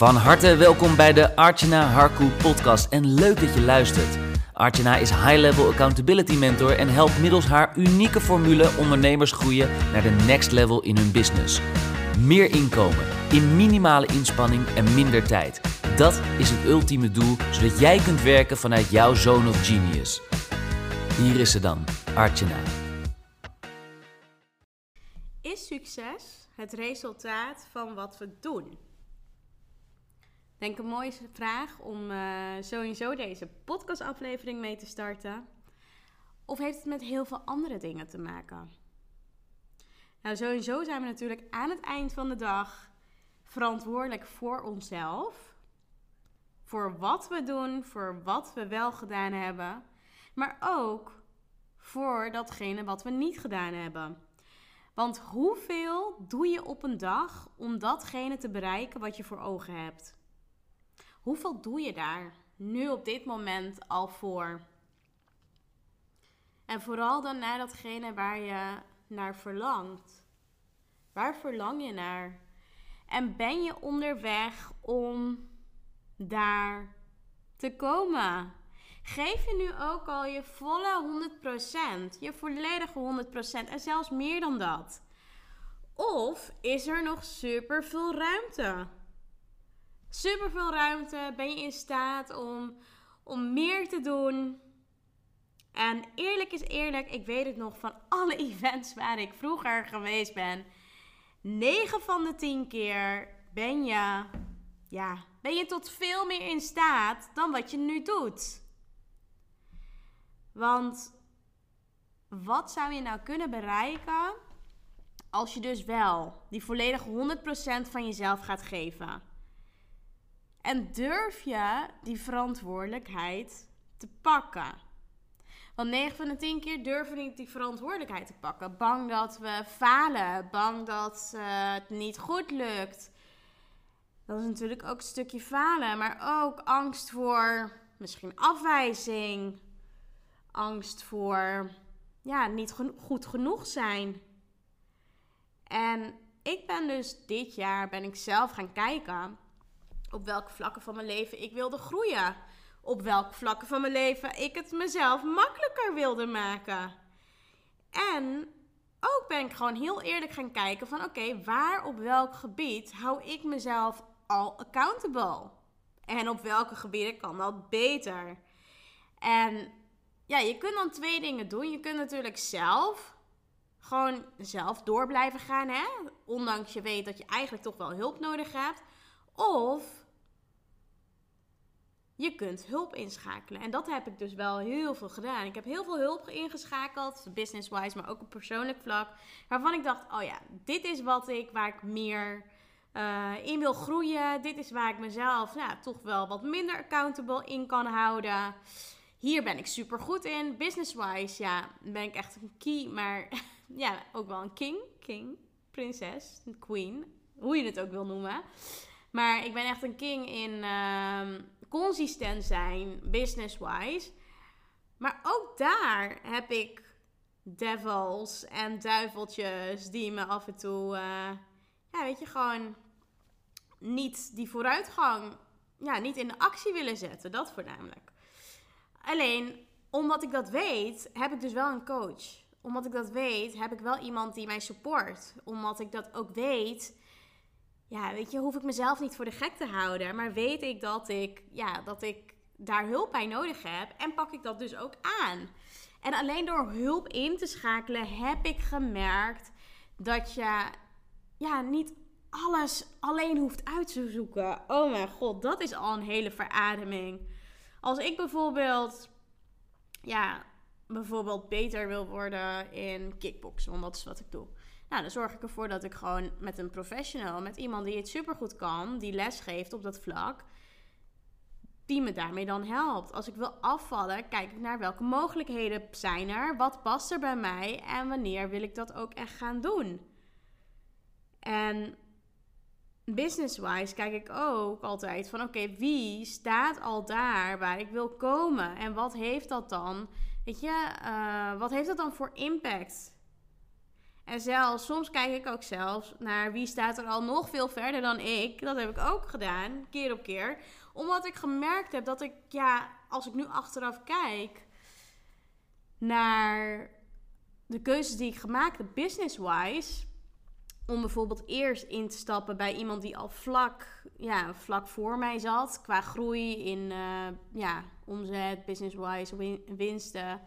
Van harte welkom bij de Archana Harku podcast en leuk dat je luistert. Archana is high-level accountability mentor en helpt middels haar unieke formule ondernemers groeien naar de next level in hun business. Meer inkomen, in minimale inspanning en minder tijd. Dat is het ultieme doel, zodat jij kunt werken vanuit jouw zone of genius. Hier is ze dan, Archana. Is succes het resultaat van wat we doen? Denk een mooie vraag om sowieso deze podcastaflevering mee te starten. Of heeft het met heel veel andere dingen te maken? Nou, sowieso zijn we natuurlijk aan het eind van de dag verantwoordelijk voor onszelf. Voor wat we doen, voor wat we wel gedaan hebben. Maar ook voor datgene wat we niet gedaan hebben. Want hoeveel doe je op een dag om datgene te bereiken wat je voor ogen hebt? Hoeveel doe je daar nu op dit moment al voor? En vooral dan naar datgene waar je naar verlangt. Waar verlang je naar? En ben je onderweg om daar te komen? Geef je nu ook al je volle 100%, je volledige 100% en zelfs meer dan dat? Of is er nog superveel ruimte? Superveel ruimte, ben je in staat om meer te doen? En eerlijk is eerlijk, ik weet het nog van alle events waar ik vroeger geweest ben. 9 van de 10 keer ben je tot veel meer in staat dan wat je nu doet. Want wat zou je nou kunnen bereiken als je dus wel die volledige 100% van jezelf gaat geven? En durf je die verantwoordelijkheid te pakken? Want 9 van de 10 keer durven we niet die verantwoordelijkheid te pakken. Bang dat we falen. Bang dat het niet goed lukt. Dat is natuurlijk ook een stukje falen. Maar ook angst voor misschien afwijzing. Angst voor niet goed genoeg zijn. En ik ben dus dit jaar zelf gaan kijken op welke vlakken van mijn leven ik wilde groeien. Op welke vlakken van mijn leven ik het mezelf makkelijker wilde maken. En ook ben ik gewoon heel eerlijk gaan kijken van oké, waar op welk gebied hou ik mezelf al accountable? En op welke gebieden kan dat beter? En ja, je kunt dan 2 dingen doen. Je kunt natuurlijk zelf door blijven gaan, hè? Ondanks je weet dat je eigenlijk toch wel hulp nodig hebt. Of je kunt hulp inschakelen. En dat heb ik dus wel heel veel gedaan. Ik heb heel veel hulp ingeschakeld, business-wise, maar ook op persoonlijk vlak. Waarvan ik dacht, dit is waar ik meer in wil groeien. Dit is waar ik mezelf toch wel wat minder accountable in kan houden. Hier ben ik super goed in. Business-wise, ben ik echt een key, maar ook wel een king, prinses, een queen. Hoe je het ook wil noemen. Maar ik ben echt een king in consistent zijn, business-wise. Maar ook daar heb ik devils en duiveltjes die me af en toe, gewoon niet die vooruitgang, niet in de actie willen zetten. Dat voornamelijk. Alleen, omdat ik dat weet, heb ik dus wel een coach. Omdat ik dat weet, heb ik wel iemand die mij support. Omdat ik dat ook weet, hoef ik mezelf niet voor de gek te houden. Maar weet ik dat ik daar hulp bij nodig heb. En pak ik dat dus ook aan. En alleen door hulp in te schakelen heb ik gemerkt dat je niet alles alleen hoeft uit te zoeken. Oh mijn god, dat is al een hele verademing. Als ik bijvoorbeeld beter wil worden in kickboksen, want dat is wat ik doe. Nou, dan zorg ik ervoor dat ik gewoon met een professional, met iemand die het supergoed kan, die les geeft op dat vlak, die me daarmee dan helpt. Als ik wil afvallen, kijk ik naar welke mogelijkheden zijn er, wat past er bij mij en wanneer wil ik dat ook echt gaan doen. En business-wise kijk ik ook altijd van wie staat al daar waar ik wil komen? En wat heeft dat dan? Wat heeft dat dan voor impact? En soms kijk ik ook zelfs naar wie staat er al nog veel verder dan ik. Dat heb ik ook gedaan, keer op keer. Omdat ik gemerkt heb dat ik, als ik nu achteraf kijk naar de keuzes die ik gemaakt heb, business-wise, om bijvoorbeeld eerst in te stappen bij iemand die al vlak voor mij zat. Qua groei in omzet, business-wise, winsten.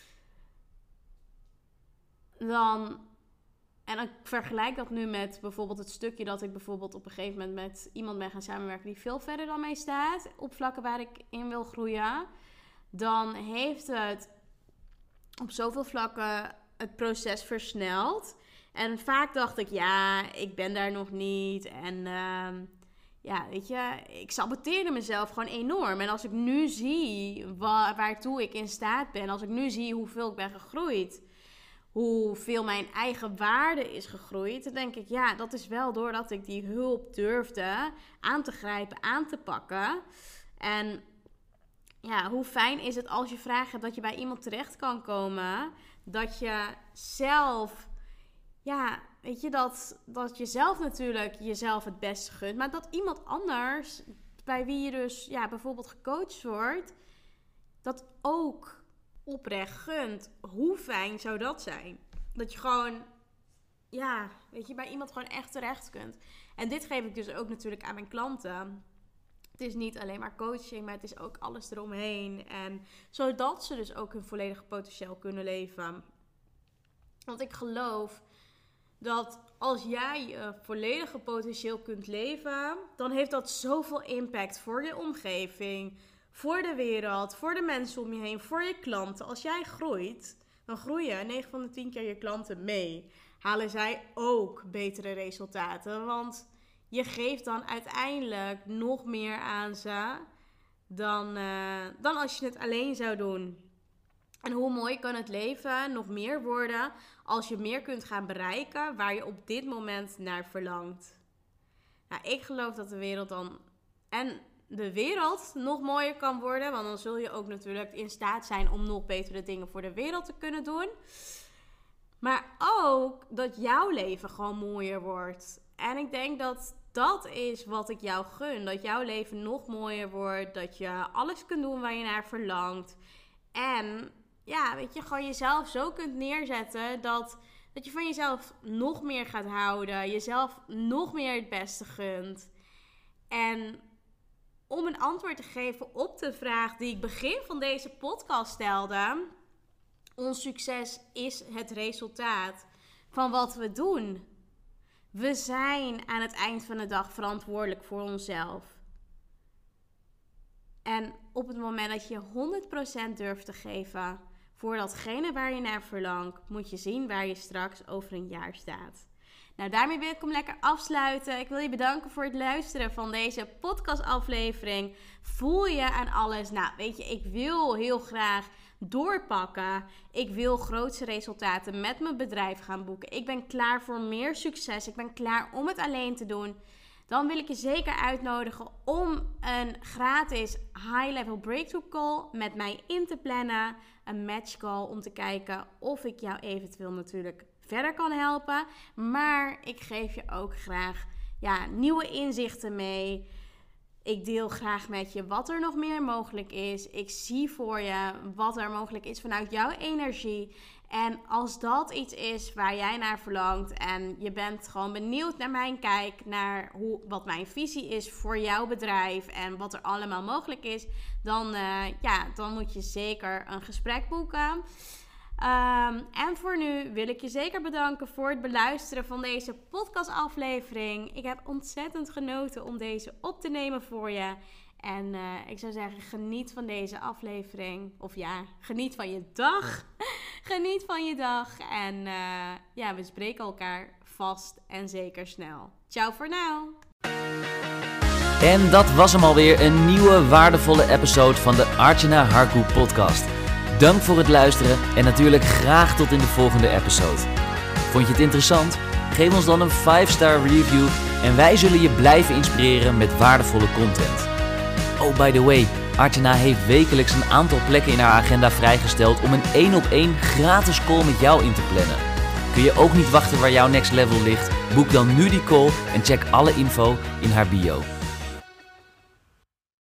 En ik vergelijk dat nu met bijvoorbeeld het stukje dat ik bijvoorbeeld op een gegeven moment met iemand ben gaan samenwerken die veel verder dan mij staat. Op vlakken waar ik in wil groeien. Dan heeft het op zoveel vlakken het proces versneld. En vaak dacht ik, ik ben daar nog niet. En weet je, ik saboteerde mezelf gewoon enorm. En als ik nu zie waartoe ik in staat ben, als ik nu zie hoeveel ik ben gegroeid, hoeveel mijn eigen waarde is gegroeid, dan denk ik, dat is wel doordat ik die hulp durfde aan te grijpen, aan te pakken. En hoe fijn is het als je vragen hebt dat je bij iemand terecht kan komen, dat je zelf, weet je, dat je zelf natuurlijk jezelf het beste gunt, maar dat iemand anders, bij wie je dus bijvoorbeeld gecoacht wordt, dat ook oprecht gunt. Hoe fijn zou dat zijn? Dat je gewoon, weet je, bij iemand gewoon echt terecht kunt. En dit geef ik dus ook natuurlijk aan mijn klanten. Het is niet alleen maar coaching, maar het is ook alles eromheen. En zodat ze dus ook hun volledige potentieel kunnen leven. Want ik geloof dat als jij je volledige potentieel kunt leven, dan heeft dat zoveel impact voor je omgeving, voor de wereld, voor de mensen om je heen, voor je klanten. Als jij groeit, dan groeien 9 van de 10 keer je klanten mee. Halen zij ook betere resultaten. Want je geeft dan uiteindelijk nog meer aan ze dan als je het alleen zou doen. En hoe mooi kan het leven nog meer worden als je meer kunt gaan bereiken waar je op dit moment naar verlangt. Ik geloof dat de wereld nog mooier kan worden. Want dan zul je ook natuurlijk in staat zijn om nog betere dingen voor de wereld te kunnen doen. Maar ook dat jouw leven gewoon mooier wordt. En ik denk dat dat is wat ik jou gun. Dat jouw leven nog mooier wordt. Dat je alles kunt doen waar je naar verlangt. En weet je, gewoon jezelf zo kunt neerzetten dat je van jezelf nog meer gaat houden. Jezelf nog meer het beste gunt. En om een antwoord te geven op de vraag die ik begin van deze podcast stelde. Ons succes is het resultaat van wat we doen. We zijn aan het eind van de dag verantwoordelijk voor onszelf. En op het moment dat je 100% durft te geven voor datgene waar je naar verlangt, moet je zien waar je straks over een jaar staat. Nou, daarmee wil ik hem lekker afsluiten. Ik wil je bedanken voor het luisteren van deze podcastaflevering. Voel je aan alles? Nou, weet je, ik wil heel graag doorpakken. Ik wil grootse resultaten met mijn bedrijf gaan boeken. Ik ben klaar voor meer succes. Ik ben klaar om het alleen te doen. Dan wil ik je zeker uitnodigen om een gratis high-level breakthrough call met mij in te plannen. Een match call om te kijken of ik jou eventueel natuurlijk verder kan helpen. Maar ik geef je ook graag nieuwe inzichten mee. Ik deel graag met je wat er nog meer mogelijk is. Ik zie voor je wat er mogelijk is vanuit jouw energie. En als dat iets is waar jij naar verlangt en je bent gewoon benieuwd naar mijn kijk, naar wat mijn visie is voor jouw bedrijf en wat er allemaal mogelijk is, dan moet je zeker een gesprek boeken. En voor nu wil ik je zeker bedanken voor het beluisteren van deze podcastaflevering. Ik heb ontzettend genoten om deze op te nemen voor je. En ik zou zeggen, geniet van deze aflevering. Of geniet van je dag. Geniet van je dag. En we spreken elkaar vast en zeker snel. Ciao voor nu. En dat was hem alweer, een nieuwe waardevolle episode van de Archana Harku podcast. Dank voor het luisteren en natuurlijk graag tot in de volgende episode. Vond je het interessant? Geef ons dan een 5-star review en wij zullen je blijven inspireren met waardevolle content. Oh, by the way, Archana heeft wekelijks een aantal plekken in haar agenda vrijgesteld om een 1-op-1 gratis call met jou in te plannen. Kun je ook niet wachten waar jouw next level ligt? Boek dan nu die call en check alle info in haar bio.